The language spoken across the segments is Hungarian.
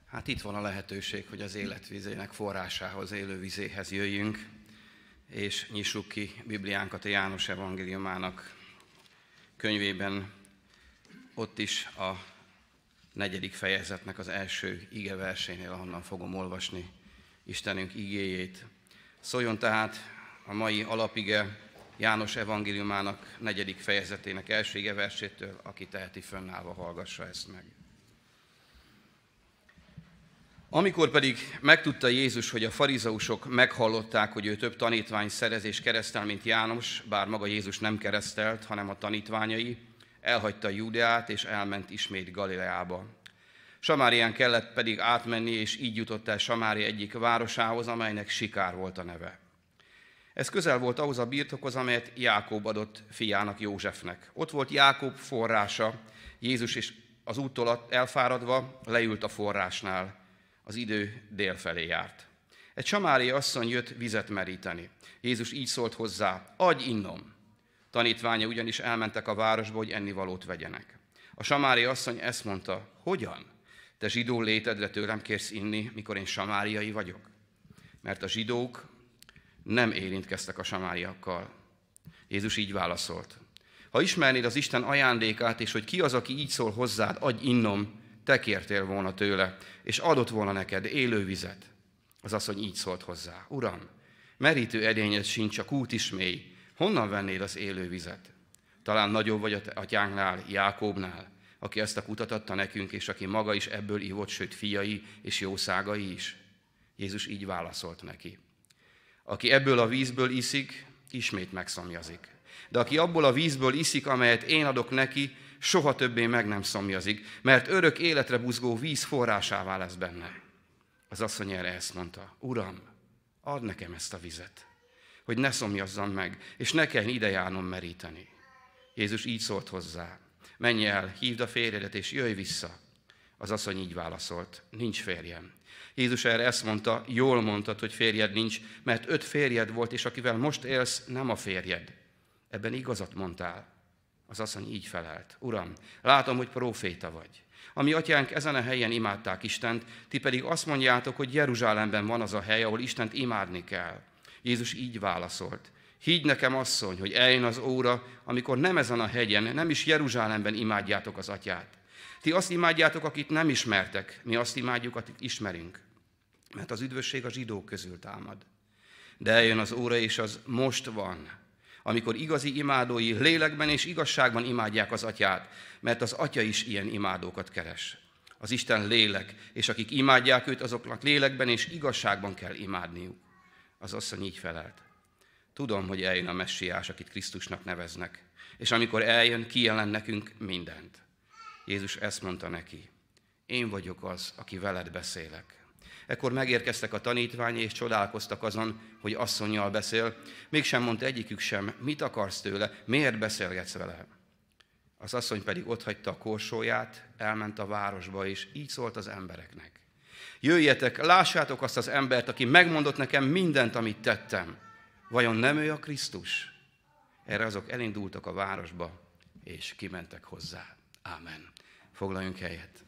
Hát itt van a lehetőség, hogy az életvizének forrásához, élővizéhez jöjjünk, és nyissuk ki Bibliánkat a János evangéliumának könyvében, ott is a 4. fejezetnek az első igeversénél, ahonnan fogom olvasni Istenünk igéjét. Szóljon tehát a mai alapige János evangéliumának 4. fejezetének első igeversétől, aki teheti, fönnállva hallgassa ezt meg. Amikor pedig megtudta Jézus, hogy a farizeusok meghallották, hogy ő több tanítvány szerez és keresztel, mint János, bár maga Jézus nem keresztelt, hanem a tanítványai, elhagyta Júdeát és elment ismét Galileába. Samárián kellett pedig átmenni, és így jutott el Samária egyik városához, amelynek Sikár volt a neve. Ez közel volt ahhoz a birtokhoz, amelyet Jákob adott fiának, Józsefnek. Ott volt Jákob forrása. Jézus is az úttól elfáradva leült a forrásnál. Az idő dél felé járt. Egy samáriai asszony jött vizet meríteni. Jézus így szólt hozzá: adj innom! Tanítványa ugyanis elmentek a városba, hogy ennivalót vegyenek. A samáriai asszony ezt mondta: hogyan? Te zsidó létedre tőlem kérsz inni, mikor én samáriai vagyok? Mert a zsidók nem érintkeztek a samáriakkal. Jézus így válaszolt: ha ismernéd az Isten ajándékát, és hogy ki az, aki így szól hozzád, adj innom, te kértél volna tőle, és adott volna neked élő vizet. Az asszony így szólt hozzá: Uram, merítő edényed sincs, a kút is mély, honnan vennéd az élő vizet? Talán nagyobb vagy atyánknál, Jákóbnál, aki ezt a kutat adta nekünk, és aki maga is ebből ivott, sőt fiai és jószágai is. Jézus így válaszolt neki: aki ebből a vízből iszik, ismét megszomjazik. De aki abból a vízből iszik, amelyet én adok neki, soha többé meg nem szomjazik, mert örök életre buzgó víz forrásává lesz benne. Az asszony erre ezt mondta: Uram, add nekem ezt a vizet, hogy ne szomjazzam meg, és ne kelljen ide járnom meríteni. Jézus így szólt hozzá: menj el, hívd a férjedet, és jöjj vissza. Az asszony így válaszolt: nincs férjem. Jézus erre ezt mondta: jól mondtad, hogy férjed nincs, mert 5 férjed volt, és akivel most élsz, nem a férjed. Ebben igazat mondtál. Az asszony így felelt: Uram, látom, hogy próféta vagy. A mi atyánk ezen a helyen imádták Istent, ti pedig azt mondjátok, hogy Jeruzsálemben van az a hely, ahol Istent imádni kell. Jézus így válaszolt: higgy nekem, asszony, hogy eljön az óra, amikor nem ezen a hegyen, nem is Jeruzsálemben imádjátok az atyát. Ti azt imádjátok, akit nem ismertek, mi azt imádjuk, akit ismerünk. Mert az üdvösség a zsidók közül támad. De eljön az óra, és az most van, amikor igazi imádói lélekben és igazságban imádják az atyát, mert az atya is ilyen imádókat keres. Az Isten lélek, és akik imádják őt, azoknak lélekben és igazságban kell imádniuk. Az asszony így felelt: tudom, hogy eljön a messiás, akit Krisztusnak neveznek, és amikor eljön, kijelent nekünk mindent. Jézus ezt mondta neki: én vagyok az, aki veled beszélek. Ekkor megérkeztek a tanítványai, és csodálkoztak azon, hogy asszonnyal beszél. Mégsem mondta egyikük sem: mit akarsz tőle, miért beszélgetsz vele? Az asszony pedig otthagyta a korsóját, elment a városba, és így szólt az embereknek: jöjjetek, lássátok azt az embert, aki megmondott nekem mindent, amit tettem. Vajon nem ő a Krisztus? Erre azok elindultak a városba, és kimentek hozzá. Ámen. Foglaljunk helyet.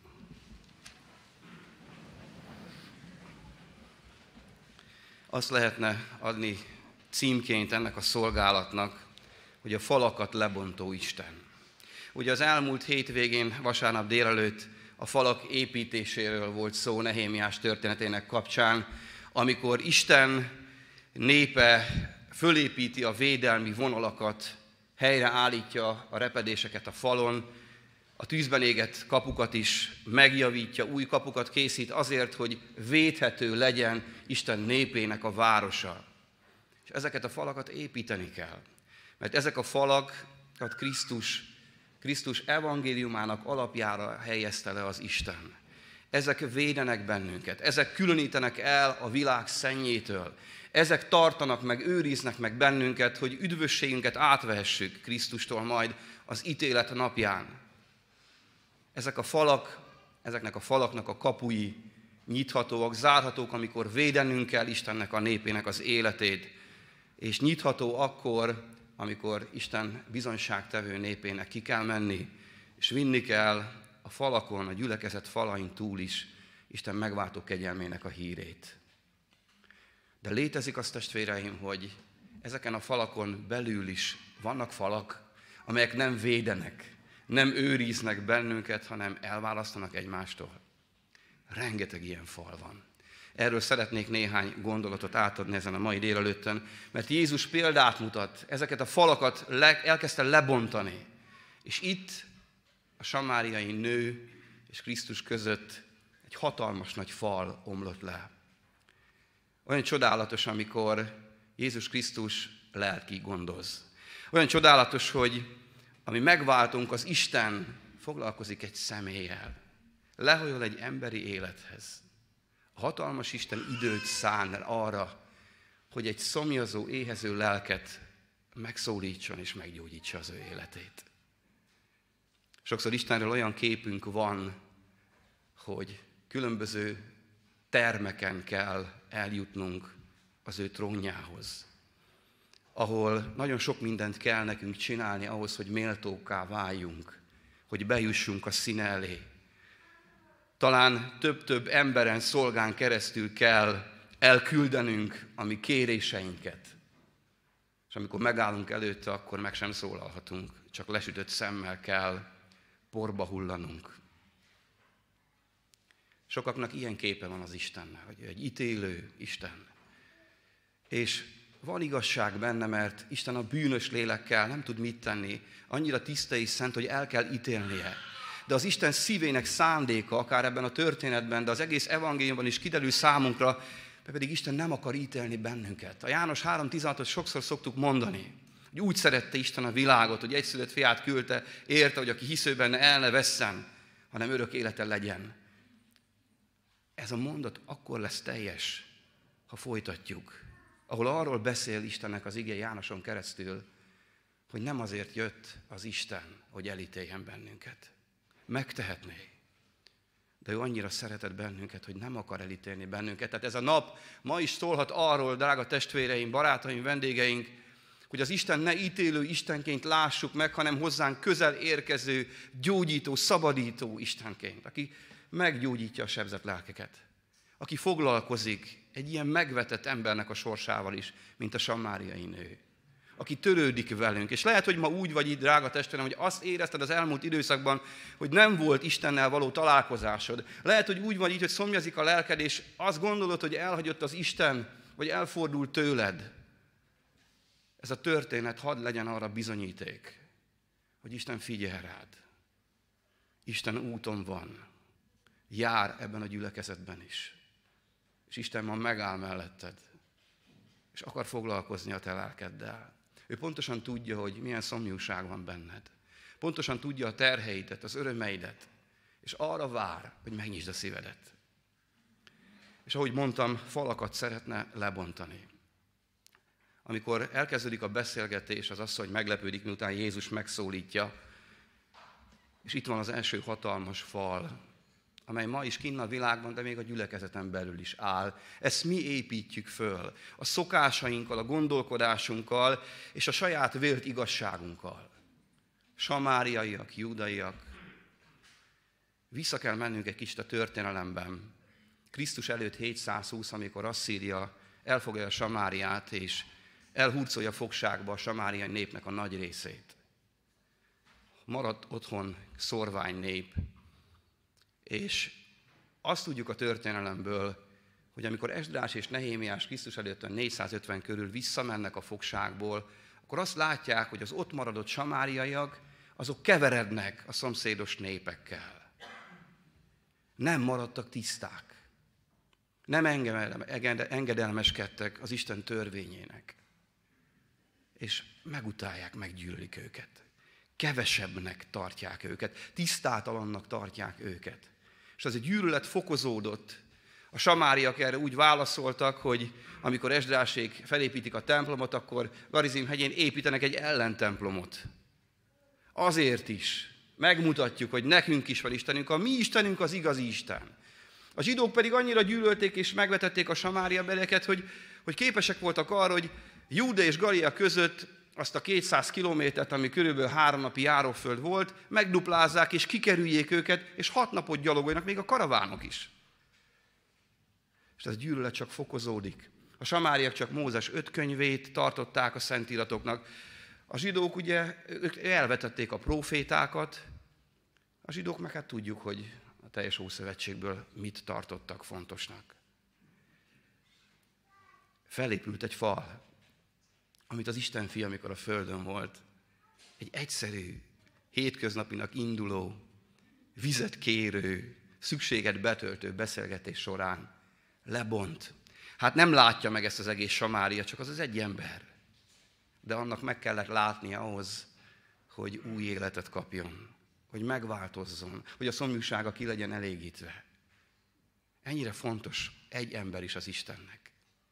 Azt lehetne adni címként ennek a szolgálatnak, hogy a falakat lebontó Isten. Ugye az elmúlt hétvégén, vasárnap délelőtt a falak építéséről volt szó Nehémiás történetének kapcsán, amikor Isten népe fölépíti a védelmi vonalakat, helyreállítja a repedéseket a falon, a tűzben égett kapukat is megjavítja, új kapukat készít azért, hogy védhető legyen Isten népének a városa. És ezeket a falakat építeni kell, mert ezek a falakat Krisztus evangéliumának alapjára helyezte le az Isten. Ezek védenek bennünket, ezek különítenek el a világ szennyétől, ezek tartanak meg, őriznek meg bennünket, hogy üdvösségünket átvehessük Krisztustól majd az ítélet napján. Ezeknek a falaknak a kapui nyithatóak, zárhatók, amikor védenünk kell Istennek, a népének az életét, és nyitható akkor, amikor Isten bizonyságtevő népének ki kell menni, és vinni kell a falakon, a gyülekezet falain túl is Isten megváltó kegyelmének a hírét. De létezik az, testvéreim, hogy ezeken a falakon belül is vannak falak, amelyek nem védenek, nem őriznek bennünket, hanem elválasztanak egymástól. Rengeteg ilyen fal van. Erről szeretnék néhány gondolatot átadni ezen a mai délelőttön, mert Jézus példát mutat, ezeket a falakat elkezdte lebontani. És itt a samáriai nő és Krisztus között egy hatalmas nagy fal omlott le. Olyan csodálatos, amikor Jézus Krisztus lelki gondoz. Olyan csodálatos, hogy ami megváltunk, az Isten foglalkozik egy személlyel. Lehajol egy emberi élethez. A hatalmas Isten időt szán el arra, hogy egy szomjazó, éhező lelket megszólítson és meggyógyítsa az ő életét. Sokszor Istenről olyan képünk van, hogy különböző termeken kell eljutnunk az ő trónjához, ahol nagyon sok mindent kell nekünk csinálni ahhoz, hogy méltókká váljunk, hogy bejussunk a színe elé. Talán több-több emberen, szolgán keresztül kell elküldenünk a mi kéréseinket. És amikor megállunk előtte, akkor meg sem szólalhatunk, csak lesütött szemmel kell porba hullanunk. Sokaknak ilyen képe van az Istennel, hogy egy ítélő Isten. És van igazság benne, mert Isten a bűnös lélekkel nem tud mit tenni, annyira tiszta és szent, hogy el kell ítélnie. De az Isten szívének szándéka, akár ebben a történetben, de az egész evangéliumban is kiderül számunkra, mert pedig Isten nem akar ítélni bennünket. A János 3:16-ot sokszor szoktuk mondani, hogy úgy szerette Isten a világot, hogy egyszülött fiát küldte, érte, hogy aki hisz ő benne, el ne vesszen, hanem örök élete legyen. Ez a mondat akkor lesz teljes, ha folytatjuk, ahol arról beszél Istennek az ige Jánoson keresztül, hogy nem azért jött az Isten, hogy elítéljen bennünket. Megtehetné. De ő annyira szeretett bennünket, hogy nem akar elítélni bennünket. Tehát ez a nap ma is szólhat arról, drága testvéreim, barátaim, vendégeink, hogy az Isten ne ítélő Istenként lássuk meg, hanem hozzánk közel érkező, gyógyító, szabadító Istenként, aki meggyógyítja a sebzett lelkeket, aki foglalkozik egy ilyen megvetett embernek a sorsával is, mint a samáriai nő, aki törődik velünk. És lehet, hogy ma úgy vagy itt, drága testvérem, hogy azt érezted az elmúlt időszakban, hogy nem volt Istennel való találkozásod. Lehet, hogy úgy vagy itt, hogy szomjazik a lelked, és azt gondolod, hogy elhagyott az Isten, vagy elfordult tőled. Ez a történet hadd legyen arra bizonyíték, hogy Isten figyel rád. Isten úton van. Jár ebben a gyülekezetben is. És Isten ma megáll melletted, és akar foglalkozni a te lelkeddel. Ő pontosan tudja, hogy milyen szomjúság van benned. Pontosan tudja a terheidet, az örömeidet, és arra vár, hogy megnyisd a szívedet. És ahogy mondtam, falakat szeretne lebontani. Amikor elkezdődik a beszélgetés, az asszony meglepődik, miután Jézus megszólítja, és itt van az első hatalmas fal, amely ma is kinn a világban, de még a gyülekezeten belül is áll. Ezt mi építjük föl, a szokásainkkal, a gondolkodásunkkal, és a saját vélt igazságunkkal. Samáriaiak, júdaiak. Vissza kell mennünk egy kicsit a történelemben. Krisztus előtt 720, amikor Asszíria elfoglalja Samáriát, és elhurcolja fogságba a samáriai népnek a nagy részét. Maradt otthon szorvány nép, és azt tudjuk a történelemből, hogy amikor Esdrás és Nehémiás Krisztus előtt 450 körül visszamennek a fogságból, akkor azt látják, hogy az ott maradott samáriaiak, azok keverednek a szomszédos népekkel. Nem maradtak tiszták. Nem engedelmeskedtek az Isten törvényének. És megutálják, meggyűlölik őket. Kevesebbnek tartják őket, tisztátalannak tartják őket. És az a gyűlölet fokozódott. A samáriak erre úgy válaszoltak, hogy amikor Esdrásék felépítik a templomot, akkor Garizim hegyén építenek egy ellentemplomot. Azért is megmutatjuk, hogy nekünk is van Istenünk, a mi Istenünk az igazi Isten. A zsidók pedig annyira gyűlölték és megvetették a samária belieket, hogy képesek voltak arra, hogy Júda és Galilea között azt a 200 kilométert, ami körülbelül 3 napi járóföld volt, megduplázzák és kikerüljék őket, és 6 napot gyalogoljanak, még a karavánok is. és ez gyűlölet csak fokozódik. A samáriak csak Mózes 5 könyvét tartották a szentíratoknak. A zsidók ugye, ők elvetették a prófétákat, a zsidók meg hát tudjuk, hogy a teljes Ószövetségből mit tartottak fontosnak. Felépült egy fal, amit az Isten fia, amikor a földön volt, egy egyszerű, hétköznapinak induló, vizet kérő, szükséget betöltő beszélgetés során lebont. Hát nem látja meg ezt az egész Samária, csak az egy ember. De annak meg kellett látnia ahhoz, hogy új életet kapjon, hogy megváltozzon, hogy a szomjúsága ki legyen elégítve. Ennyire fontos egy ember is az Istennek.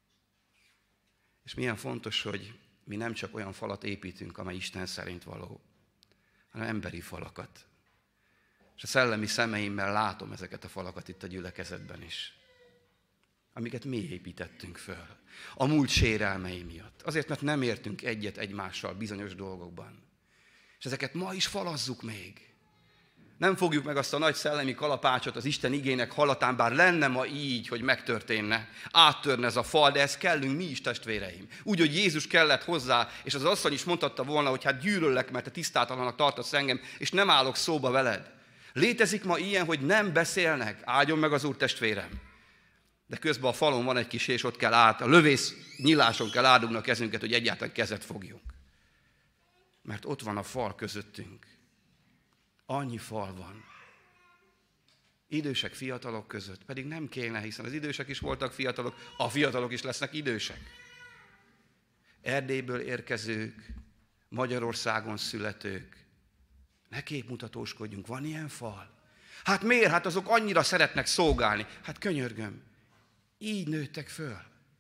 És milyen fontos, hogy mi nem csak olyan falat építünk, amely Isten szerint való, hanem emberi falakat. És a szellemi szemeimmel látom ezeket a falakat itt a gyülekezetben is, amiket mi építettünk föl. A múlt sérelmei miatt. Azért, mert nem értünk egyet egymással bizonyos dolgokban. És ezeket ma is falazzuk még. Nem fogjuk meg azt a nagy szellemi kalapácsot az Isten igének hallatán, bár lenne ma így, hogy megtörténne, áttörne ez a fal, de ez kellünk mi is, testvéreim. Úgy, hogy Jézus kellett hozzá, és az asszony is mondhatta volna, hogy hát gyűlöllek, mert te tisztátalannak tartasz engem, és nem állok szóba veled. Létezik ma ilyen, hogy nem beszélnek, áldjon meg az Úr, testvérem. De közben a falon van egy kis, és ott kell át, a lövész nyiláson kell átdugni a kezünket, hogy egyáltalán kezet fogjunk. Mert ott van a fal közöttünk. Annyi fal van. Idősek, fiatalok között. Pedig nem kéne, hiszen az idősek is voltak fiatalok, a fiatalok is lesznek idősek. Erdélyből érkezők, Magyarországon születők. Ne képmutatóskodjunk, van ilyen fal? Hát miért? Hát azok annyira szeretnek szolgálni. Hát könyörgöm, így nőttek föl.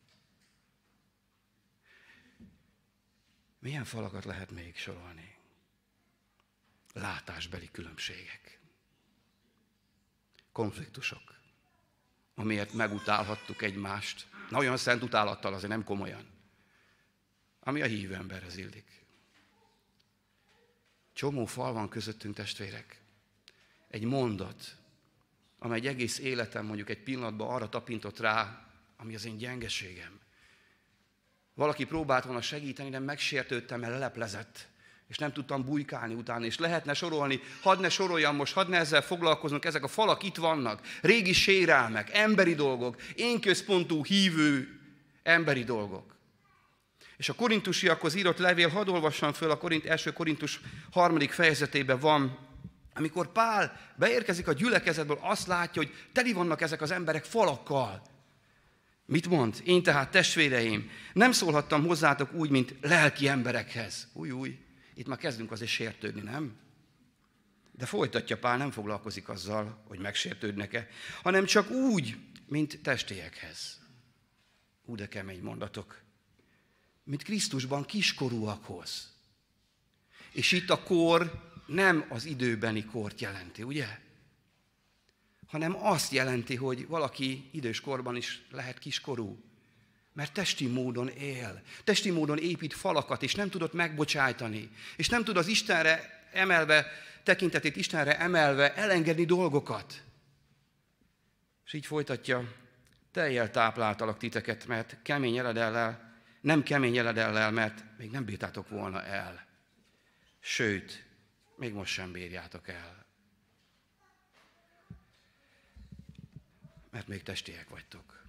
Milyen falakat lehet még sorolni? Látásbeli különbségek. Konfliktusok, amiért megutálhattuk egymást. Na, olyan szent utálattal, azért nem komolyan. Ami a hívő emberhez illik. Csomó fal van közöttünk, testvérek. Egy mondat, amely egy egész életem mondjuk egy pillanatban arra tapintott rá, ami az én gyengeségem. Valaki próbált volna segíteni, de megsértődtem, mert leleplezett, és nem tudtam bujkálni utána, és lehetne sorolni, hadd ne soroljam most, hadd ne ezzel foglalkoznunk, ezek a falak itt vannak, régi sérelmek, emberi dolgok, én központú hívő emberi dolgok. És a korintusiakhoz írott levél, hadd olvassam föl, a 1. Korintus 3. fejezetében van, amikor Pál beérkezik a gyülekezetből, azt látja, hogy teli vannak ezek az emberek falakkal. Mit mond? Én tehát, testvéreim, nem szólhattam hozzátok úgy, mint lelki emberekhez. Új, itt már kezdünk azért sértődni, nem? De folytatja Pál, nem foglalkozik azzal, hogy megsértődnek-e, hanem csak úgy, mint testiekhez. De kemény mondatok. Mint Krisztusban kiskorúakhoz. És itt a kor nem az időbeni kort jelenti, ugye? Hanem azt jelenti, hogy valaki idős korban is lehet kiskorú. Mert testi módon él. Testi módon épít falakat, és nem tudott megbocsájtani. És nem tud az Istenre emelve, tekintetét Istenre emelve elengedni dolgokat. És így folytatja, tejjel tápláltalak titeket, mert kemény eledellel, nem kemény eledellel, mert még nem bírtátok volna el. Sőt, még most sem bírjátok el. Mert még testiek vagytok.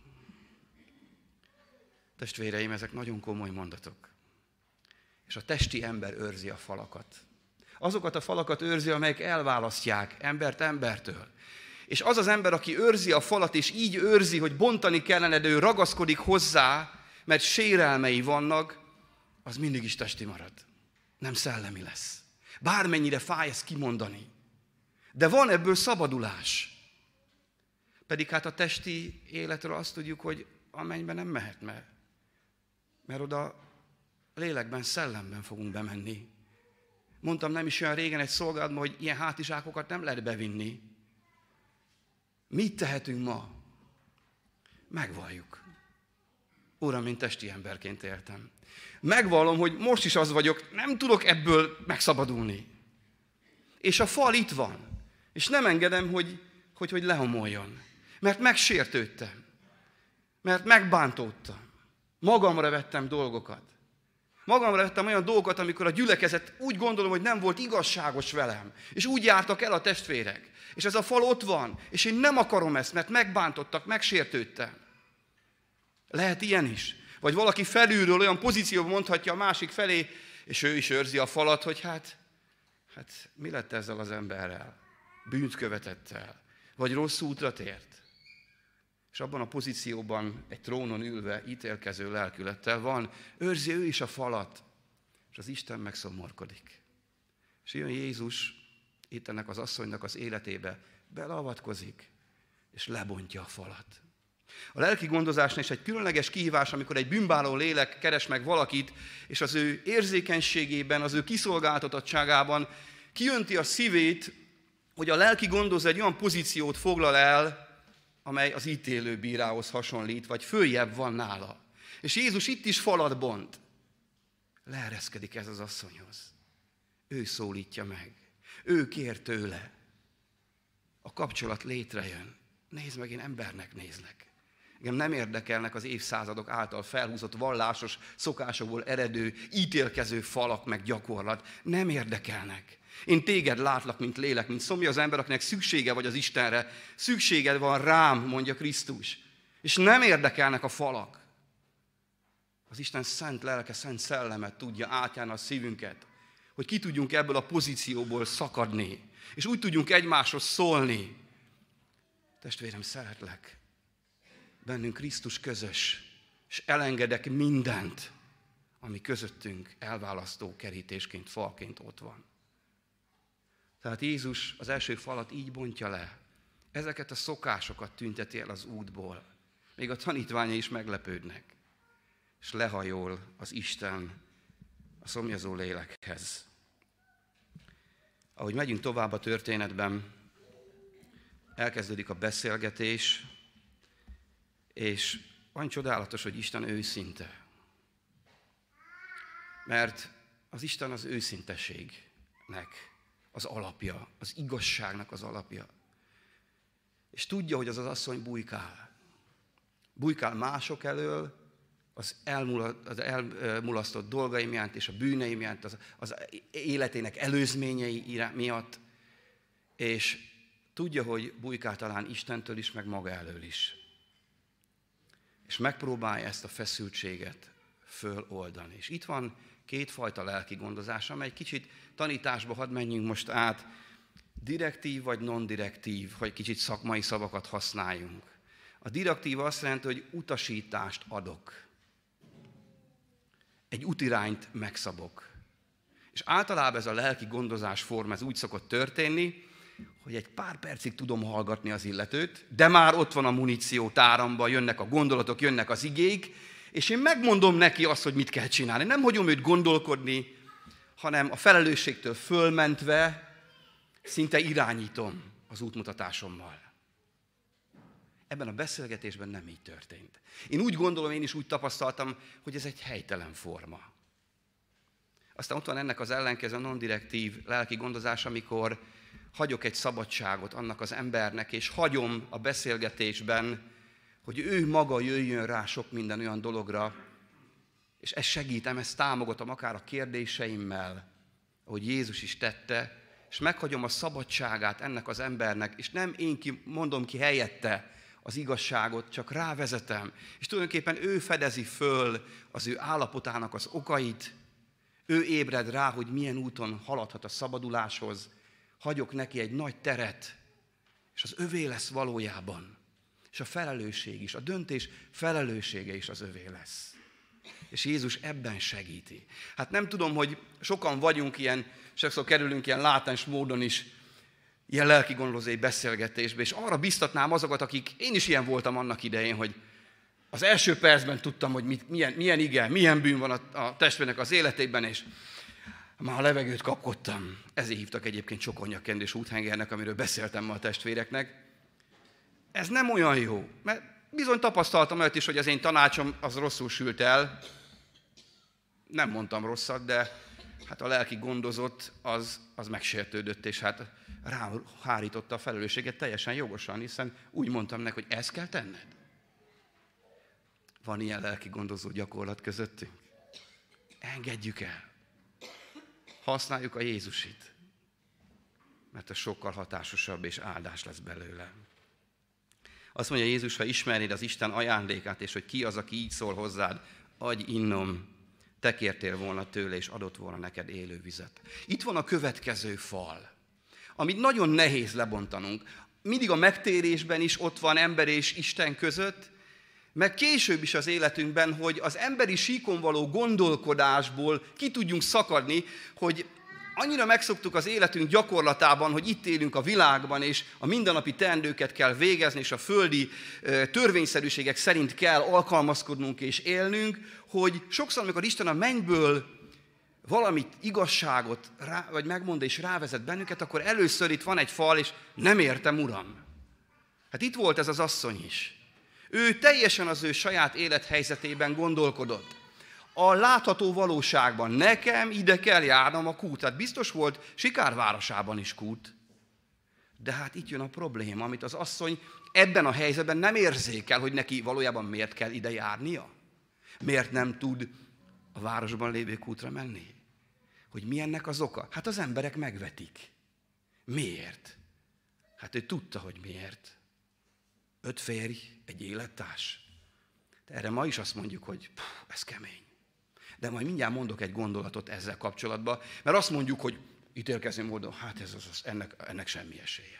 Testvéreim, ezek nagyon komoly mondatok. És a testi ember őrzi a falakat. Azokat a falakat őrzi, amelyek elválasztják embert embertől. És az az ember, aki őrzi a falat, és így őrzi, hogy bontani kellene, de ő ragaszkodik hozzá, mert sérelmei vannak, az mindig is testi marad. Nem szellemi lesz. Bármennyire fáj ezt kimondani. De van ebből szabadulás. Pedig hát a testi életről azt tudjuk, hogy a mennybe nem mehet, mert oda lélekben, szellemben fogunk bemenni. Mondtam nem is olyan régen egy szolgálatban, hogy ilyen hátizsákokat nem lehet bevinni. Mit tehetünk ma? Megvalljuk. Uram, én testi emberként éltem. Megvallom, hogy most is az vagyok, nem tudok ebből megszabadulni. És a fal itt van. És nem engedem, hogy lehomoljon. Mert megsértődtem. Mert megbántottam. Magamra vettem dolgokat. Magamra vettem olyan dolgokat, amikor a gyülekezet úgy gondolom, hogy nem volt igazságos velem. És úgy jártak el a testvérek. És ez a fal ott van. És én nem akarom ezt, mert megbántottak, megsértődtem. Lehet ilyen is. Vagy valaki felülről olyan pozícióban mondhatja a másik felé, és ő is őrzi a falat, hogy hát mi lett ezzel az emberrel? Bűnt követett el. Vagy rossz útra tért. És abban a pozícióban egy trónon ülve ítélkező lelkülettel van, őrzi ő is a falat, és az Isten megszomorkodik. És jön Jézus itt ennek az asszonynak az életébe, beleavatkozik, és lebontja a falat. A lelki gondozásnál is egy különleges kihívás, amikor egy bűnbánó lélek keres meg valakit, és az ő érzékenységében, az ő kiszolgáltatottságában kiönti a szívét, hogy a lelki gondozó egy olyan pozíciót foglal el, amely az ítélő bírához hasonlít, vagy följebb van nála. És Jézus itt is falat bont. Leereszkedik ez az asszonyhoz. Ő szólítja meg. Ő kér tőle. A kapcsolat létrejön. Nézd meg, én embernek nézlek. Engem nem érdekelnek az évszázadok által felhúzott vallásos szokásokból eredő, ítélkező falak meg gyakorlat. Nem érdekelnek. Én téged látlak, mint lélek, mint szomja az ember, akinek szüksége vagy az Istenre. Szükséged van rám, mondja Krisztus. És nem érdekelnek a falak. Az Isten szent lelke, szent szellemet tudja átjárni a szívünket, hogy ki tudjunk ebből a pozícióból szakadni, és úgy tudjunk egymáshoz szólni. Testvérem, szeretlek. Bennünk Krisztus közös, és elengedek mindent, ami közöttünk elválasztó kerítésként, falként ott van. Tehát Jézus az első falat így bontja le. Ezeket a szokásokat tünteti el az útból. Még a tanítványai is meglepődnek. És lehajol az Isten a szomjazó lélekhez. Ahogy megyünk tovább a történetben, elkezdődik a beszélgetés, és olyan csodálatos, hogy Isten őszinte. Mert az Isten az őszinteségnek az alapja, az igazságnak az alapja. És tudja, hogy az az asszony bujkál. Bujkál mások elől, az elmulasztott dolgai miatt és a bűnei miatt, az életének előzményei miatt, és tudja, hogy bujkál talán Istentől is, meg maga elől is. És megpróbálja ezt a feszültséget föloldani. És itt van kétfajta lelki gondozás, amely kicsit tanításba hadd menjünk most át, direktív vagy non-direktív, hogy kicsit szakmai szavakat használjunk. A direktív azt jelenti, hogy utasítást adok. Egy útirányt megszabok. És általában ez a lelki gondozás forma, ez úgy szokott történni, hogy egy pár percig tudom hallgatni az illetőt, de már ott van a muníció táramban, jönnek a gondolatok, jönnek az igék, és én megmondom neki azt, hogy mit kell csinálni. Nem hagyom őt gondolkodni, hanem a felelősségtől fölmentve szinte irányítom az útmutatásommal. Ebben a beszélgetésben nem így történt. Én úgy gondolom, én is úgy tapasztaltam, hogy ez egy helytelen forma. Aztán ott van ennek az ellenkező non-direktív lelki gondozás, amikor hagyok egy szabadságot annak az embernek, és hagyom a beszélgetésben, hogy ő maga jöjjön rá sok minden olyan dologra, és ezt segítem, ezt támogatom akár a kérdéseimmel, ahogy Jézus is tette, és meghagyom a szabadságát ennek az embernek, és nem én mondom ki helyette az igazságot, csak rávezetem. És tulajdonképpen ő fedezi föl az ő állapotának az okait, ő ébred rá, hogy milyen úton haladhat a szabaduláshoz, hagyok neki egy nagy teret, és az övé lesz valójában. És a felelősség is, a döntés felelőssége is az övé lesz. És Jézus ebben segíti. Hát nem tudom, hogy sokan vagyunk ilyen, sokszor kerülünk ilyen látens módon is ilyen lelki gondozói beszélgetésbe, és arra biztatnám azokat, akik, én is ilyen voltam annak idején, hogy az első percben tudtam, hogy milyen ige, milyen bűn van a testvérnek az életében, és már a levegőt kapkodtam. Ezért hívtak egyébként Csokonyakendés úthengernek, amiről beszéltem ma a testvéreknek. Ez nem olyan jó, mert bizony tapasztaltam olyat is, hogy az én tanácsom az rosszul sült el. Nem mondtam rosszat, de hát a lelki gondozott az megsértődött, és hát rám hárította a felelősséget teljesen jogosan, hiszen úgy mondtam neki, hogy ezt kell tenned. Van ilyen lelki gondozó gyakorlat közöttünk? Engedjük el. Használjuk a Jézusit, mert ez sokkal hatásosabb és áldás lesz belőle. Azt mondja Jézus, ha ismernéd az Isten ajándékát, és hogy ki az, aki így szól hozzád, adj innom, te kértél volna tőle, és adott volna neked élő vizet. Itt van a következő fal, amit nagyon nehéz lebontanunk. Mindig a megtérésben is ott van ember és Isten között, meg később is az életünkben, hogy az emberi síkon való gondolkodásból ki tudjunk szakadni, hogy annyira megszoktuk az életünk gyakorlatában, hogy itt élünk a világban, és a mindennapi teendőket kell végezni, és a földi törvényszerűségek szerint kell alkalmazkodnunk és élnünk, hogy sokszor, amikor Isten a mennyből valamit, igazságot vagy megmond és rávezet bennünket, akkor először itt van egy fal, és nem értem, Uram. Hát itt volt ez az asszony is. Ő teljesen az ő saját élethelyzetében gondolkodott. A látható valóságban nekem ide kell járnom a kút. Tehát biztos volt Sikár városában is kút. De hát itt jön a probléma, amit az asszony ebben a helyzetben nem érzékel, hogy neki valójában miért kell ide járnia. Miért nem tud a városban lévő kútra menni? Hogy mi ennek az oka? Hát az emberek megvetik. Miért? Hát ő tudta, hogy miért. 5 férj, egy élettárs. De erre ma is azt mondjuk, hogy ez kemény. De majd mindjárt mondok egy gondolatot ezzel kapcsolatban, mert azt mondjuk, hogy ítélkező módon, hát ennek semmi esélye.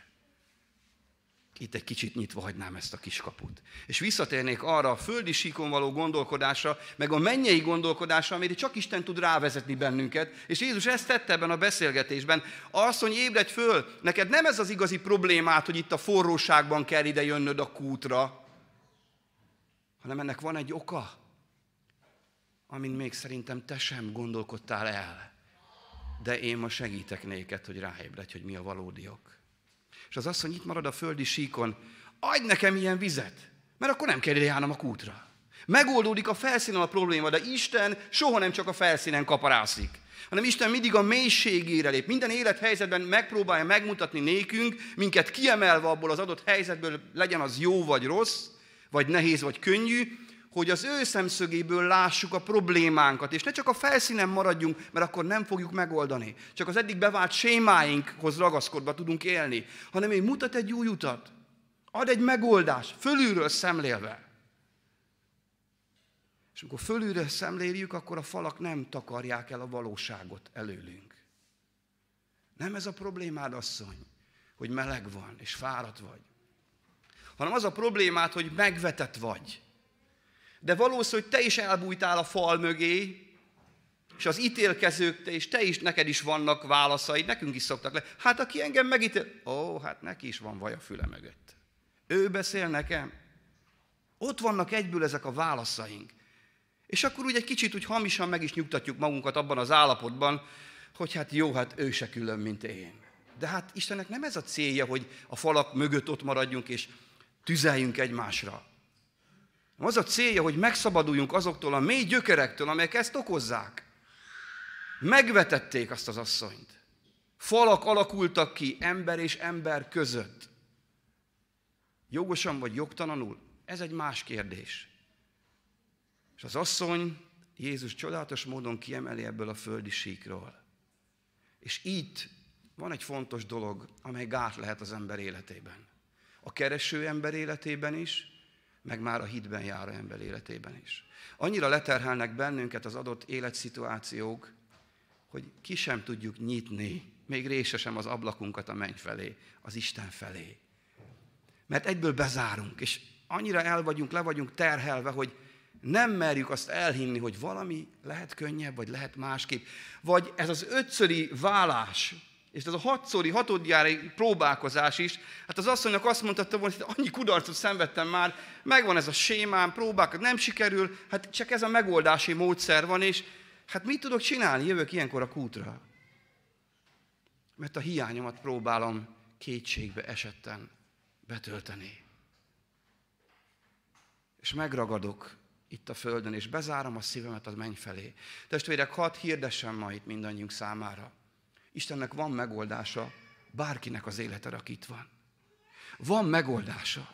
Itt egy kicsit nyitva hagynám ezt a kiskaput. És visszatérnék arra a földi síkon való gondolkodásra, meg a mennyei gondolkodásra, amire csak Isten tud rávezetni bennünket. És Jézus ezt tette ebben a beszélgetésben. Azt mondja, ébredj föl, neked nem ez az igazi problémát, hogy itt a forróságban kell ide jönnöd a kútra, hanem ennek van egy oka, amin még szerintem te sem gondolkodtál el. De én ma segítek néked, hogy ráébredj, hogy mi a valódi ok. És az asszony itt marad a földi síkon, adj nekem ilyen vizet, mert akkor nem kell ide járnom a kútra. Megoldódik a felszínen a probléma, de Isten soha nem csak a felszínen kaparászik, hanem Isten mindig a mélységére lép. Minden élethelyzetben megpróbálja megmutatni nékünk, minket kiemelve abból az adott helyzetből, legyen az jó vagy rossz, vagy nehéz vagy könnyű, hogy az ő szemszögéből lássuk a problémánkat, és ne csak a felszínen maradjunk, mert akkor nem fogjuk megoldani. Csak az eddig bevált sémáinkhoz ragaszkodva tudunk élni, hanem ő mutat egy új utat, ad egy megoldást, fölülről szemlélve. És amikor fölülről szemléljük, akkor a falak nem takarják el a valóságot előlünk. Nem ez a problémád, asszony, hogy meleg van és fáradt vagy, hanem az a problémád, hogy megvetett vagy. De valószínű, hogy te is elbújtál a fal mögé, és az ítélkezők, és neked is vannak válaszaid, nekünk is szoktak le. Hát aki engem megítél, hát neki is van vaj a füle mögött. Ő beszél nekem. Ott vannak egyből ezek a válaszaink. És akkor úgy egy kicsit úgy hamisan meg is nyugtatjuk magunkat abban az állapotban, hogy hát jó, hát ő se külön, mint én. De hát Istennek nem ez a célja, hogy a falak mögött ott maradjunk, és tüzeljünk egymásra. Az a célja, hogy megszabaduljunk azoktól a mély gyökerektől, amelyek ezt okozzák. Megvetették azt az asszonyt. Falak alakultak ki ember és ember között. Jogosan vagy jogtalanul? Ez egy más kérdés. És az asszony Jézus csodálatos módon kiemeli ebből a földi síkról. És itt van egy fontos dolog, amely gát lehet az ember életében. A kereső ember életében is, meg már a hitben járó ember életében is. Annyira leterhelnek bennünket az adott életszituációk, hogy ki sem tudjuk nyitni, még résre sem az ablakunkat a menny felé, az Isten felé. Mert egyből bezárunk, és annyira le vagyunk terhelve, hogy nem merjük azt elhinni, hogy valami lehet könnyebb, vagy lehet másképp. Vagy ez az 5-szöri válás, és ez a 6-hatodjári próbálkozás is, hát az asszonynak azt mondhatta volna, hogy annyi kudarcot szenvedtem már, megvan ez a sémám, próbálkozom, nem sikerül, hát csak ez a megoldási módszer van, és hát mit tudok csinálni? Jövök ilyenkor a kútra. Mert a hiányomat próbálom kétségbe esetten betölteni. És megragadok itt a földön, és bezárom a szívemet a menny felé. Testvérek, hadd hirdessem ma itt mindannyiunk számára. Istennek van megoldása bárkinek az életére, aki itt van. Van megoldása.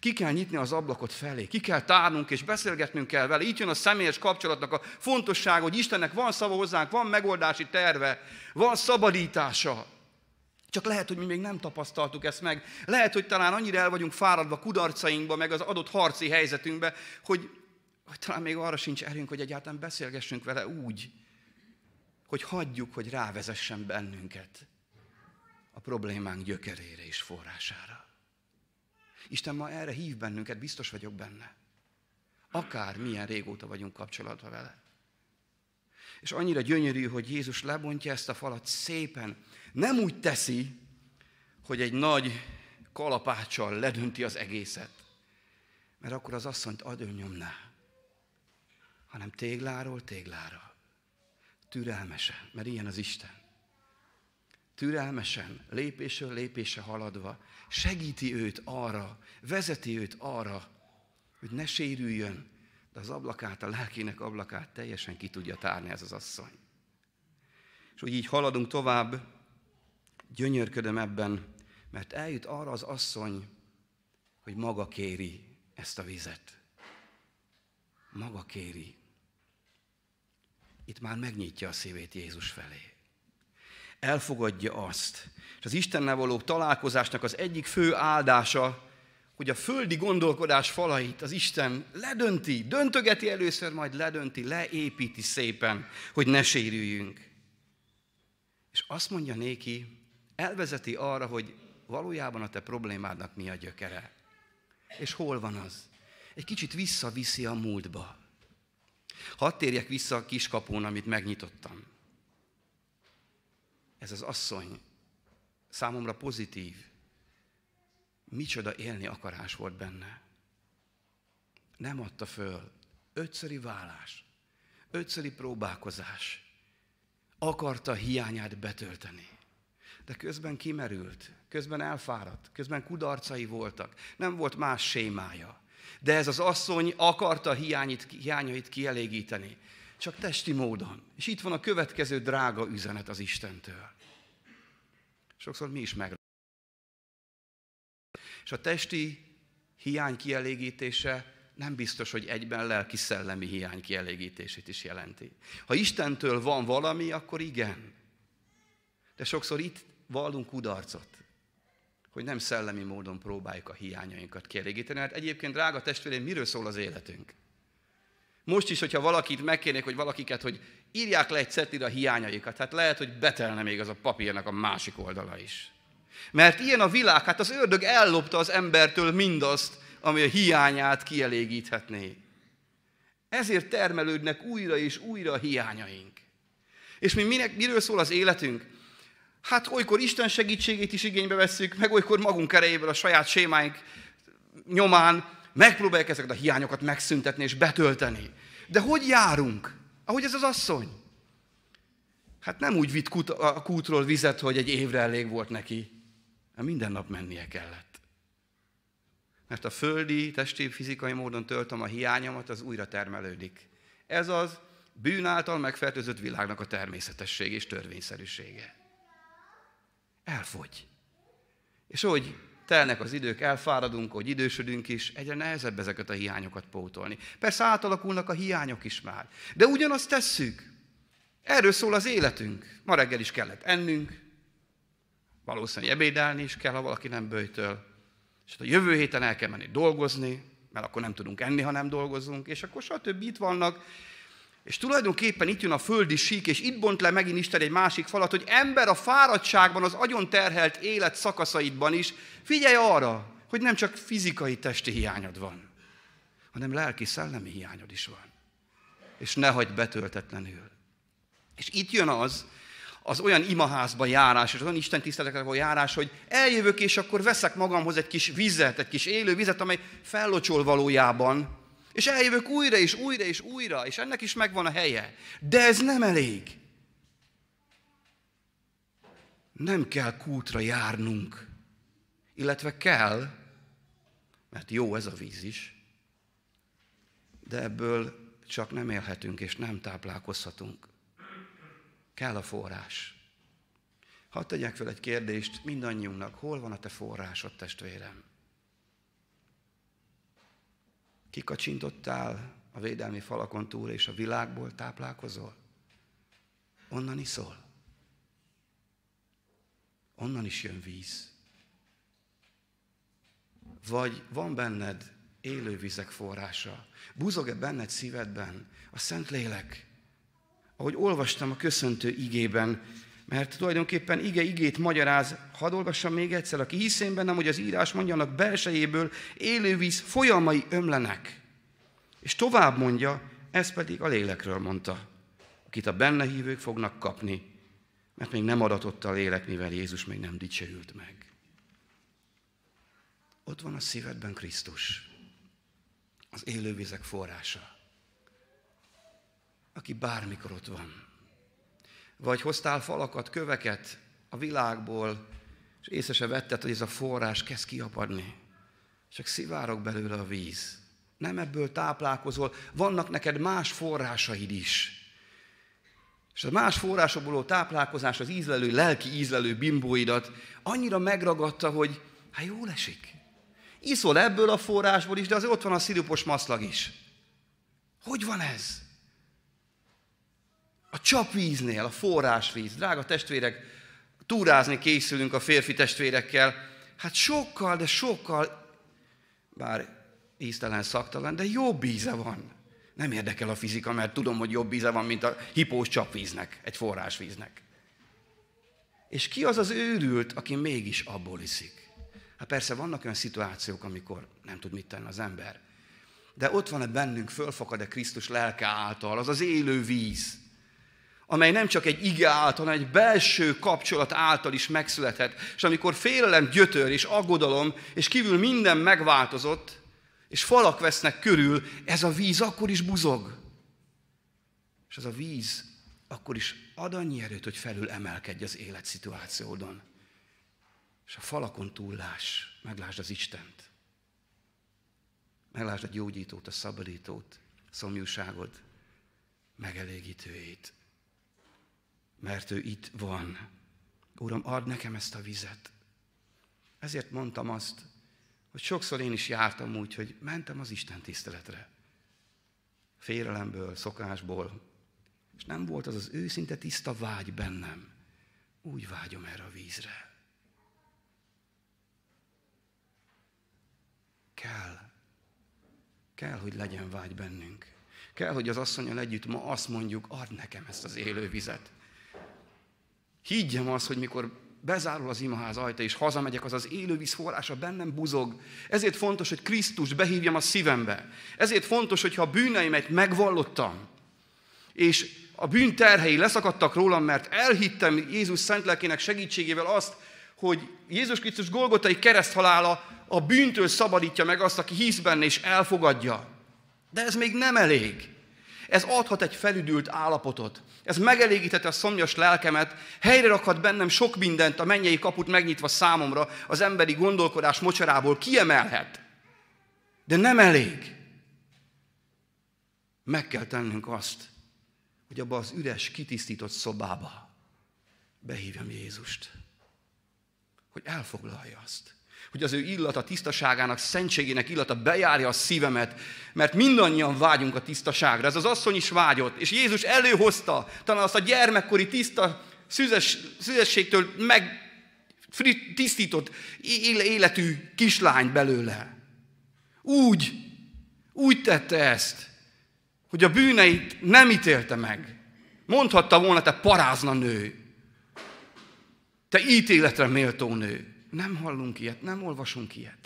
Ki kell nyitni az ablakot felé, ki kell tárnunk és beszélgetnünk kell vele. Itt jön a személyes kapcsolatnak a fontossága, hogy Istennek van szava hozzánk, van megoldási terve, van szabadítása. Csak lehet, hogy mi még nem tapasztaltuk ezt meg. Lehet, hogy talán annyira el vagyunk fáradva kudarcainkba, meg az adott harci helyzetünkbe, hogy talán még arra sincs erőnk, hogy egyáltalán beszélgessünk vele úgy, hogy hagyjuk, hogy rávezessen bennünket a problémánk gyökerére és forrására. Isten ma erre hív bennünket, biztos vagyok benne. Akár milyen régóta vagyunk kapcsolatban vele. És annyira gyönyörű, hogy Jézus lebontja ezt a falat szépen. Nem úgy teszi, hogy egy nagy kalapáccsal ledönti az egészet, mert akkor az asszonyt adőnyomná, hanem tégláról téglára. Türelmesen, mert ilyen az Isten. Türelmesen, lépésről lépésre haladva, segíti őt arra, vezeti őt arra, hogy ne sérüljön, de az ablakát, a lelkének ablakát teljesen ki tudja tárni ez az asszony. És hogy így haladunk tovább, gyönyörködöm ebben, mert eljut arra az asszony, hogy maga kéri ezt a vizet. Maga kéri. Itt már megnyitja a szívét Jézus felé. Elfogadja azt. És az Istennel való találkozásnak az egyik fő áldása, hogy a földi gondolkodás falait az Isten ledönti, döntögeti először, majd ledönti, leépíti szépen, hogy ne sérüljünk. És azt mondja néki, elvezeti arra, hogy valójában a te problémádnak mi a gyökere. És hol van az? Egy kicsit visszaviszi a múltba. Hadd térjek vissza a kiskapun, amit megnyitottam. Ez az asszony számomra pozitív. Micsoda élni akarás volt benne. Nem adta föl. 5-szöri vállás, 5-szöri próbálkozás. Akarta hiányát betölteni. De közben kimerült, közben elfáradt, közben kudarcai voltak. Nem volt más sémája. De ez az asszony akarta hiányait kielégíteni. Csak testi módon. És itt van a következő drága üzenet az Istentől. Sokszor mi is meg. És a testi hiány kielégítése nem biztos, hogy egyben lelki-szellemi hiány kielégítését is jelenti. Ha Istentől van valami, akkor igen. De sokszor itt vallunk kudarcot, hogy nem szellemi módon próbáljuk a hiányainkat kielégíteni. Hát egyébként, drága testvéreim, miről szól az életünk? Most is, hogyha valakit megkérnék, hogy valakiket, hogy írják le egy cetlire a hiányaikat, hát lehet, hogy betelne még az a papírnak a másik oldala is. Mert ilyen a világ, hát az ördög ellopta az embertől mindazt, ami a hiányát kielégíthetné. Ezért termelődnek újra és újra a hiányaink. És miről szól az életünk? Hát olykor Isten segítségét is igénybe vesszük, meg olykor magunk erejéből a saját sémáink nyomán megpróbáljuk ezeket a hiányokat megszüntetni és betölteni. De hogy járunk? Ahogy ez az asszony. Hát nem úgy vitt a kútról vizet, hogy egy évre elég volt neki. Minden nap mennie kellett. Mert a földi, testi, fizikai módon töltöm a hiányomat, az újra termelődik. Ez az bűn által megfertőzött világnak a természetessége és törvényszerűsége. Elfogy. És ahogy telnek az idők, elfáradunk, hogy idősödünk is, egyre nehezebb ezeket a hiányokat pótolni. Persze átalakulnak a hiányok is már. De ugyanazt tesszük. Erről szól az életünk. Ma reggel is kellett ennünk, valószínűleg ebédelni is kell, ha valaki nem böjtöl. És a jövő héten el kell menni dolgozni, mert akkor nem tudunk enni, ha nem dolgozunk, és akkor stb. Itt vannak. És tulajdonképpen itt jön a földi sík, és itt bont le megint Isten egy másik falat, hogy ember a fáradtságban, az agyon terhelt élet szakaszaidban is figyelj arra, hogy nem csak fizikai testi hiányod van, hanem lelki-szellemi hiányod is van. És ne hagyd betöltetlenül. És itt jön az olyan imaházba járás, és az olyan Isten tiszteletekre való járás, hogy eljövök, és akkor veszek magamhoz egy kis vizet, egy kis élő vizet, amely fellocsol valójában, és eljövök újra, és újra, és újra, és ennek is megvan a helye. De ez nem elég. Nem kell kútra járnunk, illetve kell, mert jó ez a víz is, de ebből csak nem élhetünk, és nem táplálkozhatunk. Kell a forrás. Hadd tegyek fel egy kérdést mindannyiunknak. Hol van a te forrásod, testvérem? Kikacsintottál a védelmi falakon túl, és a világból táplálkozol? Onnan iszol. Onnan is jön víz. Vagy van benned élő vizek forrása? Buzog-e benned szívedben a Szentlélek? Ahogy olvastam a köszöntő igében, mert tulajdonképpen igét magyaráz, hadd olvassam még egyszer, aki hisz én bennem, hogy az írás mondja, annak belsejéből élő víz folyamai ömlenek. És tovább mondja, ez pedig a lélekről mondta, akit a benne hívők fognak kapni, mert még nem adatott a lélek, mivel Jézus még nem dicsőült meg. Ott van a szívedben Krisztus, az élővizek forrása, aki bármikor ott van. Vagy hoztál falakat, köveket a világból, és észre se vetted, hogy ez a forrás kezd kiapadni. Csak szivárog belőle a víz. Nem ebből táplálkozol, vannak neked más forrásaid is. És a más forrásokból való táplálkozás, az ízlelő, lelki ízlelő bimbóidat annyira megragadta, hogy hát jól esik. Iszol ebből a forrásból is, de azért ott van a szirupos maszlag is. Hogy van ez? A csapvíznél, a forrásvíz. Drága testvérek, túrázni készülünk a férfi testvérekkel. Hát sokkal, de sokkal, bár íztelen, szaktalan, de jobb íze van. Nem érdekel a fizika, mert tudom, hogy jobb íze van, mint a hipós csapvíznek, egy forrásvíznek. És ki az az őrült, aki mégis abból iszik? Hát persze vannak olyan szituációk, amikor nem tud mit tenni az ember. De ott van-e bennünk, fölfakad-e Krisztus lelke által, az az élő víz, amely nem csak egy ige által, hanem egy belső kapcsolat által is megszülethet. És amikor félelem, gyötör és aggodalom, és kívül minden megváltozott, és falak vesznek körül, ez a víz akkor is buzog. És ez a víz akkor is ad annyi erőt, hogy felül emelkedj az életszituációdon. És a falakon túllás, meglásd az Istent. Meglásd a gyógyítót, a szabadítót, a szomjúságod megelégítőjét. Mert ő itt van. Uram, add nekem ezt a vizet. Ezért mondtam azt, hogy sokszor én is jártam úgy, hogy mentem az Isten tiszteletre. Félelemből, szokásból. És nem volt az az őszinte tiszta vágy bennem. Úgy vágyom erre a vízre. Kell, hogy legyen vágy bennünk. Kell, hogy az asszonnyal együtt ma azt mondjuk, add nekem ezt az élő vizet. Higgyem azt, hogy mikor bezárul az imaház ajta, és hazamegyek, az az élővíz forrása bennem buzog. Ezért fontos, hogy Krisztust behívjam a szívembe. Ezért fontos, hogyha a bűneimet megvallottam, és a bűn terhei leszakadtak rólam, mert elhittem Jézus szent lelkének segítségével azt, hogy Jézus Krisztus golgotai kereszthalála a bűntől szabadítja meg azt, aki hisz benne és elfogadja. De ez még nem elég. Ez adhat egy felüdült állapotot. Ez megelégítheti a szomjas lelkemet, helyre rakhat bennem sok mindent, a mennyei kaput megnyitva számomra, az emberi gondolkodás mocsarából kiemelhet. De nem elég. Meg kell tennünk azt, hogy abba az üres, kitisztított szobába behívjam Jézust. Hogy elfoglalja azt. Hogy az ő illata, tisztaságának, szentségének illata bejárja a szívemet, mert mindannyian vágyunk a tisztaságra. Ez az asszony is vágyott, és Jézus előhozta talán azt a gyermekkori tiszta szüzességtől tisztított életű kislányt belőle. Úgy tette ezt, hogy a bűneit nem ítélte meg. Mondhatta volna, te parázna nő, te ítéletre méltó nő. Nem hallunk ilyet, nem olvasunk ilyet.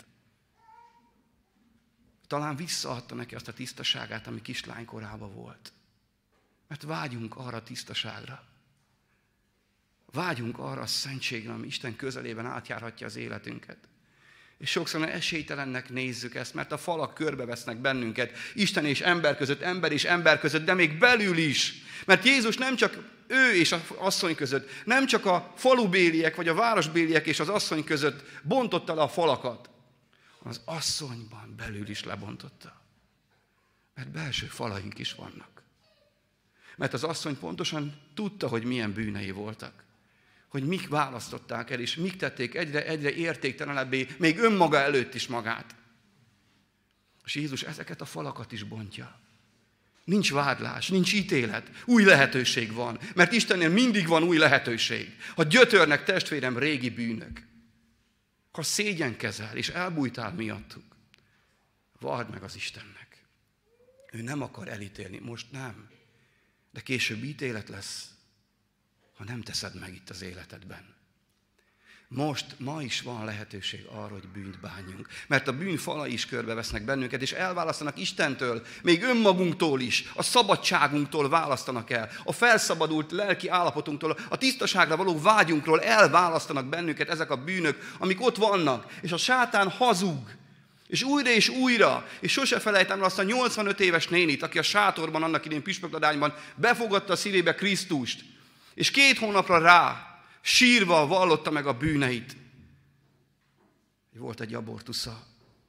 Talán visszaadta neki azt a tisztaságát, ami kislánykorában volt. Mert vágyunk arra a tisztaságra. Vágyunk arra a szentségre, ami Isten közelében átjárhatja az életünket. És sokszor esélytelennek nézzük ezt, mert a falak körbevesznek bennünket, Isten és ember között, de még belül is. Mert Jézus nem csak ő és az asszony között, nem csak a falubéliek vagy a városbéliek és az asszony között bontotta le a falakat, az asszonyban belül is lebontotta. Mert belső falaink is vannak. Mert az asszony pontosan tudta, hogy milyen bűnei voltak. Hogy mik választották el, és mik tették egyre értéktelenebbé, még önmaga előtt is magát. És Jézus ezeket a falakat is bontja. Nincs vádlás, nincs ítélet, új lehetőség van, mert Istennél mindig van új lehetőség. Ha gyötörnek, testvérem, régi bűnök, ha szégyenkezel és elbújtál miattuk, vald meg az Istennek. Ő nem akar elítélni, most nem, de később ítélet lesz, ha nem teszed meg itt az életedben. Ma is van lehetőség arra, hogy bűnt bánjunk. Mert a bűn falai is körbevesznek bennünket, és elválasztanak Istentől, még önmagunktól is, a szabadságunktól választanak el, a felszabadult lelki állapotunktól, a tisztaságra való vágyunkról elválasztanak bennünket ezek a bűnök, amik ott vannak, és a sátán hazug, és újra, és sose felejtem el azt a 85 éves nénit, aki a sátorban, annak idén püspökladányban befogadta a szívébe Krisztust, és 2 hónapra rá sírva vallotta meg a bűneit. Volt egy abortusza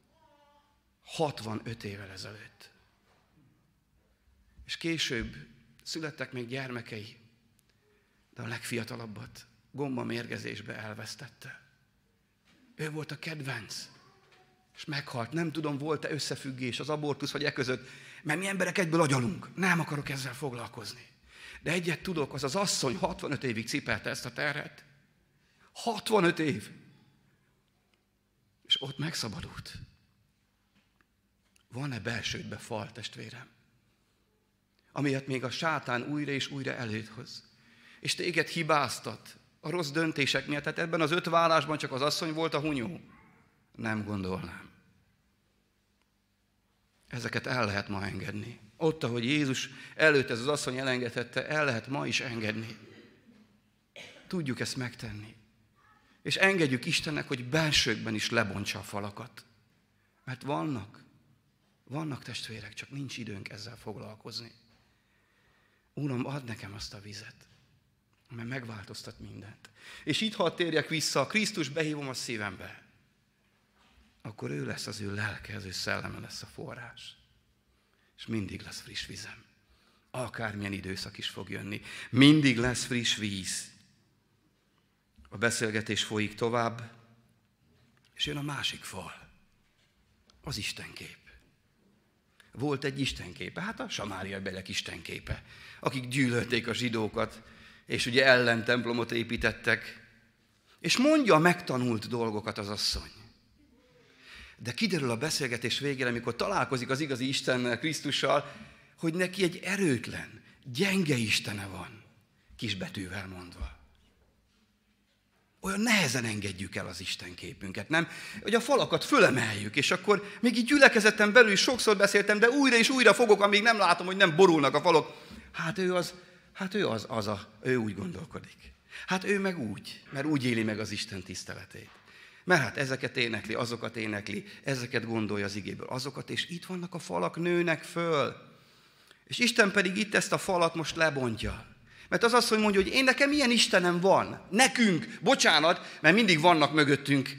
65 évvel ezelőtt. És később születtek még gyermekei, de a legfiatalabbat gombamérgezésbe elvesztette. Ő volt a kedvenc, és meghalt. Nem tudom, volt-e összefüggés az abortusz vagy között, mert mi emberek egyből agyalunk. Nem akarok ezzel foglalkozni. De egyet tudok, az asszony 65 évig cipelte ezt a terhet. 65 év. És ott megszabadult. Van-e belsődbe fal, testvérem? Amiatt még a sátán újra és újra előhoz. És téged hibáztat a rossz döntések miatt. Tehát ebben az 5 vállásban csak az asszony volt a hunyó. Nem gondolnám. Ezeket el lehet ma engedni. Ott, ahogy Jézus előtt ez az asszony elengedhette, el lehet ma is engedni. Tudjuk ezt megtenni. És engedjük Istennek, hogy belsőkben is lebontsa a falakat. Mert vannak testvérek, csak nincs időnk ezzel foglalkozni. Uram, add nekem azt a vizet, amely megváltoztat mindent. És itt, ha térjek vissza, Krisztus behívom a szívembe, akkor ő lesz az ő lelke, az ő szelleme lesz a forrás. És mindig lesz friss vizem. Akármilyen időszak is fog jönni. Mindig lesz friss víz. A beszélgetés folyik tovább, és jön a másik fal. Az istenkép. Volt egy istenképe, hát a samáriai belek istenképe, akik gyűlölték a zsidókat, és ugye ellen templomot építettek. És mondja a megtanult dolgokat az asszony. De kiderül a beszélgetés végére, amikor találkozik az igazi Istennel, Krisztussal, hogy neki egy erőtlen, gyenge istene van, kisbetűvel mondva. Olyan nehezen engedjük el az istenképünket, nem? Hogy a falakat fölemeljük, és akkor még így gyülekezeten belül is sokszor beszéltem, de újra és újra fogok, amíg nem látom, hogy nem borulnak a falok. Ő úgy gondolkodik. Hát ő meg úgy, mert úgy éli meg az Isten tiszteletét. Mert hát ezeket énekli, azokat énekli, ezeket gondolja az igéből, azokat, és itt vannak a falak, nőnek föl. És Isten pedig itt ezt a falat most lebontja. Mert az azt mondja, hogy én nekem ilyen Istenem van. Nekünk, bocsánat, mert mindig vannak mögöttünk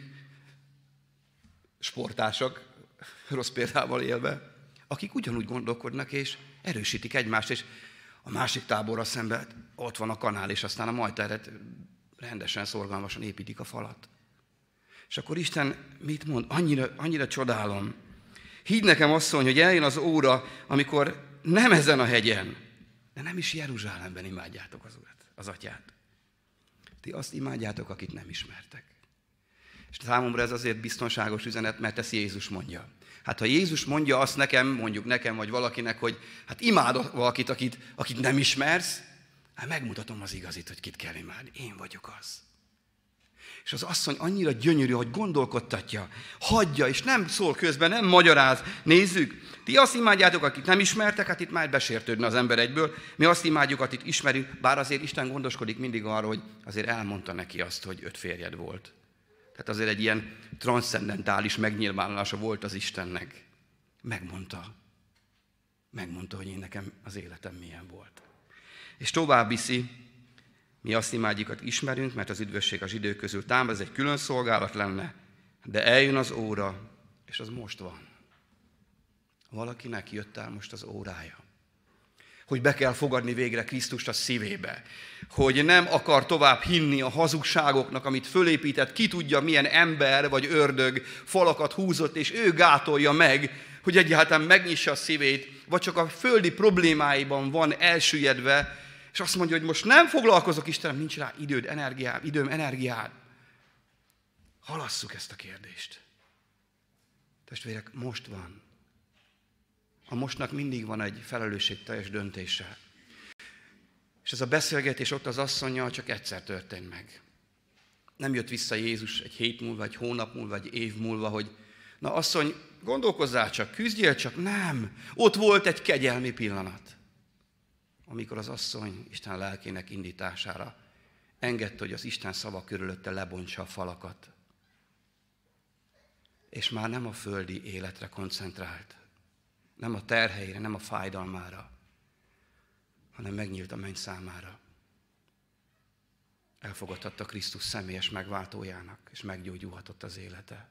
sportársak, rossz példával élve, akik ugyanúgy gondolkodnak, és erősítik egymást, és a másik táborra szemben ott van a kanál, és aztán a majteret rendesen, szorgalmasan építik a falat. És akkor Isten mit mond? Annyira csodálom. Hidd nekem, asszony, hogy eljön az óra, amikor nem ezen a hegyen, de nem is Jeruzsálemben imádjátok az Urat, az Atyát. Ti azt imádjátok, akit nem ismertek. És számomra ez azért biztonságos üzenet, mert ezt Jézus mondja. Hát ha Jézus mondja azt nekem, mondjuk nekem, vagy valakinek, hogy hát imád valakit, akit nem ismersz, hát megmutatom az igazit, hogy kit kell imádni. Én vagyok az. És az asszony annyira gyönyörű, hogy gondolkodtatja, hagyja, és nem szól közben, nem magyaráz. Nézzük, ti azt imádjátok, akit nem ismertek, hát itt már besértődne az ember egyből. Mi azt imádjuk, akit ismerünk, bár azért Isten gondoskodik mindig arról, hogy azért elmondta neki azt, hogy 5 férjed volt. Tehát azért egy ilyen transzcendentális megnyilvánulása volt az Istennek. Megmondta, hogy én nekem az életem milyen volt. És tovább viszi, mi azt imádjuk, hogy ismerünk, mert az üdvösség a zsidók közül támad, ez egy külön szolgálat lenne, de eljön az óra, és az most van. Valakinek jött el most az órája, hogy be kell fogadni végre Krisztust a szívébe, hogy nem akar tovább hinni a hazugságoknak, amit fölépített, ki tudja milyen ember vagy ördög falakat húzott, és ő gátolja meg, hogy egyáltalán megnyissa a szívét, vagy csak a földi problémáiban van elsüllyedve, és azt mondja, hogy most nem foglalkozok, Istenem, nincs rá időm, energiád. Halasszuk ezt a kérdést. Testvérek, most van. A mostnak mindig van egy felelősségteljes döntése. És ez a beszélgetés ott az asszonnyal csak egyszer történt meg. Nem jött vissza Jézus egy hét múlva, egy hónap múlva, egy év múlva, hogy na asszony, gondolkozzál csak, küzdjél csak. Nem. Ott volt egy kegyelmi pillanat, amikor az asszony Isten lelkének indítására engedte, hogy az Isten szava körülötte lebontsa a falakat. És már nem a földi életre koncentrált, nem a terheire, nem a fájdalmára, hanem megnyílt a menny számára. Elfogadhatta Krisztus személyes megváltójának, és meggyógyulhatott az élete.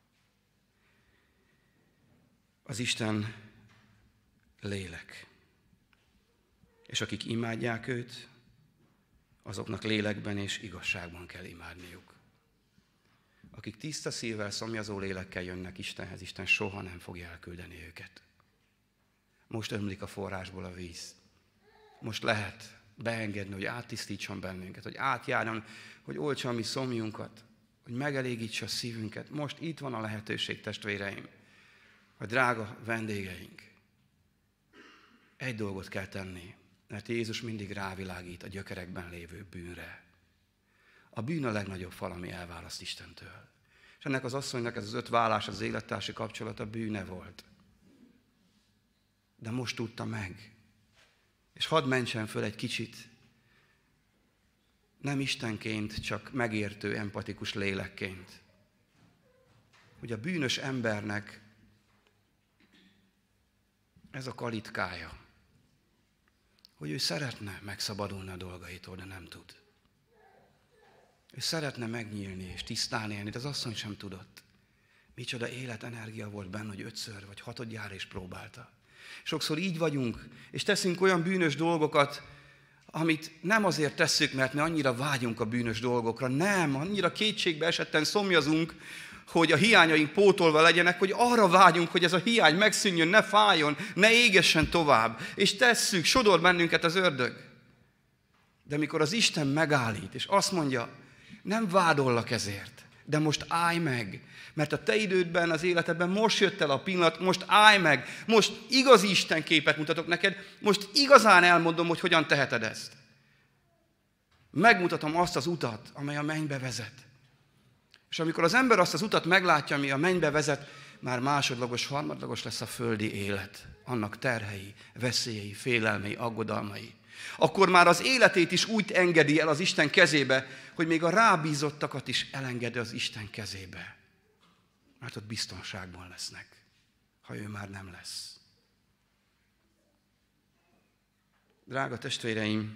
Az Isten lélek. És akik imádják őt, azoknak lélekben és igazságban kell imádniuk. Akik tiszta szívvel, szomjazó lélekkel jönnek Istenhez, Isten soha nem fogja elküldeni őket. Most ömlik a forrásból a víz. Most lehet beengedni, hogy áttisztítson bennünket, hogy átjárjon, hogy oltsa a mi szomjunkat, hogy megelégítse a szívünket. Most itt van a lehetőség, testvéreim, a drága vendégeink. Egy dolgot kell tenni, mert Jézus mindig rávilágít a gyökerekben lévő bűnre. A bűn a legnagyobb fal, ami elválaszt Istentől. És ennek az asszonynak ez az 5 vállás, az élettársi kapcsolata bűne volt. De most tudta meg. És hadd mentsen föl egy kicsit, nem Istenként, csak megértő, empatikus lélekként, hogy a bűnös embernek ez a kalitkája, hogy ő szeretne megszabadulni a dolgaitól, de nem tud. Ő szeretne megnyílni és tisztán élni, de az asszony sem tudott. Micsoda életenergia volt benne, hogy 5-ször vagy 6-odjára is próbálta. Sokszor így vagyunk, és teszünk olyan bűnös dolgokat, amit nem azért tesszük, mert mi annyira vágyunk a bűnös dolgokra. Nem, annyira kétségbe esetten szomjazunk, hogy a hiányaink pótolva legyenek, hogy arra vágyunk, hogy ez a hiány megszűnjön, ne fájjon, ne égessen tovább. És tesszük, sodor bennünket az ördög. De mikor az Isten megállít, és azt mondja, nem vádollak ezért, de most állj meg, mert a te idődben, az életedben most jött el a pillanat, most állj meg, most igazi Isten képet mutatok neked, most igazán elmondom, hogy hogyan teheted ezt. Megmutatom azt az utat, amely a mennybe vezet. És amikor az ember azt az utat meglátja, ami a mennybe vezet, már másodlagos, harmadlagos lesz a földi élet, annak terhei, veszélyei, félelmei, aggodalmai. Akkor már az életét is úgy engedi el az Isten kezébe, hogy még a rábízottakat is elengedi az Isten kezébe. Mert ott biztonságban lesznek, ha ő már nem lesz. Drága testvéreim,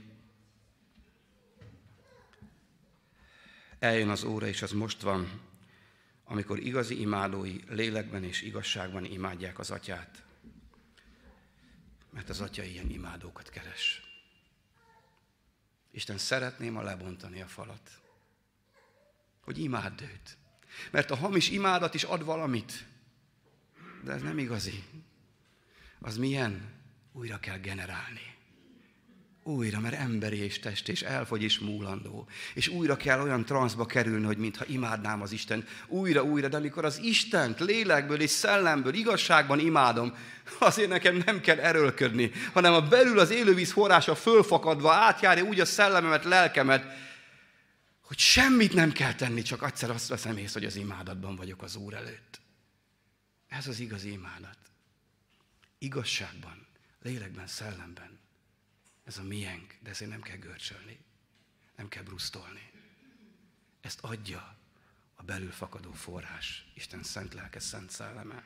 eljön az óra, és az most van, amikor igazi imádói lélekben és igazságban imádják az Atyát. Mert az Atya ilyen imádókat keres. Isten szeretné ma lebontani a falat, hogy imádd őt. Mert a hamis imádat is ad valamit, de ez nem igazi. Az milyen? Újra kell generálni. Újra, mert emberi és test, és elfogy és múlandó. És újra kell olyan transzba kerülni, hogy mintha imádnám az Istent. Újra, de amikor az Istent lélekből és szellemből, igazságban imádom, azért nekem nem kell erőlködni, hanem a belül az élővíz forrása fölfakadva átjárja úgy a szellememet, lelkemet, hogy semmit nem kell tenni, csak egyszer azt veszem észre, hogy az imádatban vagyok az Úr előtt. Ez az igazi imádat. Igazságban, lélekben, szellemben. Ez a miénk, de ezért nem kell görcsölni, nem kell brusztolni. Ezt adja a belül fakadó forrás, Isten szent lelke, szent szelleme.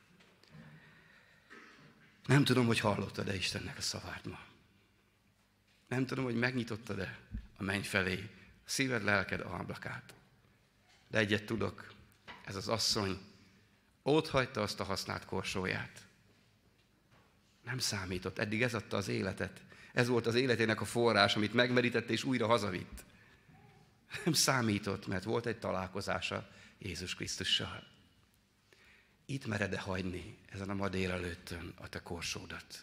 Nem tudom, hogy hallottad-e Istennek a szavát ma. Nem tudom, hogy megnyitottad-e a menny felé a szíved, lelked ablakát. De egyet tudok, ez az asszony ott hagyta azt a használt korsóját. Nem számított. Eddig ez adta az életet. Ez volt az életének a forrás, amit megmerített és újra hazavitt. Nem számított, mert volt egy találkozása Jézus Krisztussal. Itt mered-e hagyni ezen a ma délelőttön a te korsódat?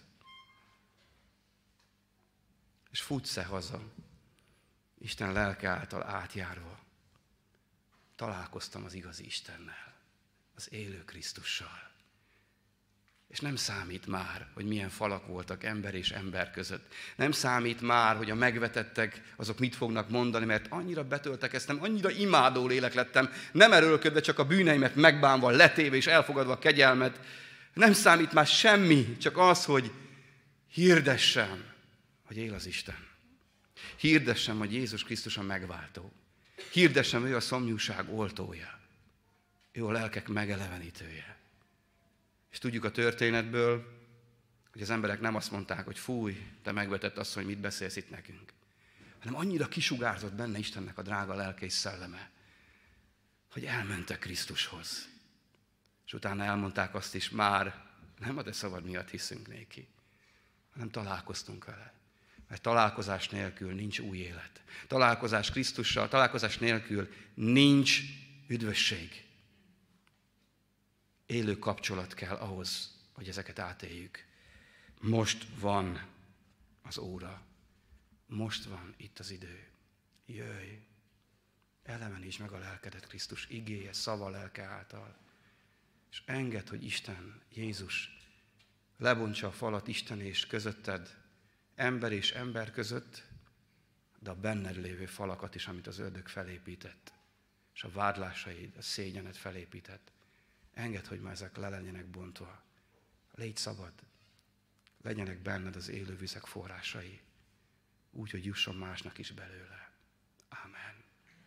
És futsz-e haza, Isten lelke által átjárva? Találkoztam az igazi Istennel, az élő Krisztussal. És nem számít már, hogy milyen falak voltak ember és ember között. Nem számít már, hogy a megvetettek, azok mit fognak mondani, mert annyira betöltekeztem, annyira imádó lélek lettem, nem erőlködve, csak a bűneimet megbánva, letéve és elfogadva a kegyelmet. Nem számít már semmi, csak az, hogy hirdessem, hogy él az Isten. Hirdessem, hogy Jézus Krisztus a megváltó. Hirdessem, hogy ő a szomjúság oltója. Ő a lelkek megelevenítője. És tudjuk a történetből, hogy az emberek nem azt mondták, hogy fúj, te megvetett asszony, hogy mit beszélsz itt nekünk. Hanem annyira kisugárzott benne Istennek a drága lelke és szelleme, hogy elmentek Krisztushoz. És utána elmondták azt is, már nem a te szavad miatt hiszünk néki, hanem találkoztunk vele. Mert találkozás nélkül nincs új élet. Találkozás Krisztussal, találkozás nélkül nincs üdvösség. Élő kapcsolat kell ahhoz, hogy ezeket átéljük. Most van az óra. Most van itt az idő. Jöjj! Elevenítsd meg a lelkedet Krisztus igéje, szava lelke által. És engedd, hogy Isten, Jézus lebontsa a falat Isten és közötted, ember és ember között, de a benned lévő falakat is, amit az ördög felépített, és a vádlásaid, a szégyened felépített. Engedd, hogy ma ezek le legyenek bontva. Légy szabad. Legyenek benned az élő vizek forrásai. Úgy, hogy jusson másnak is belőle. Ámen.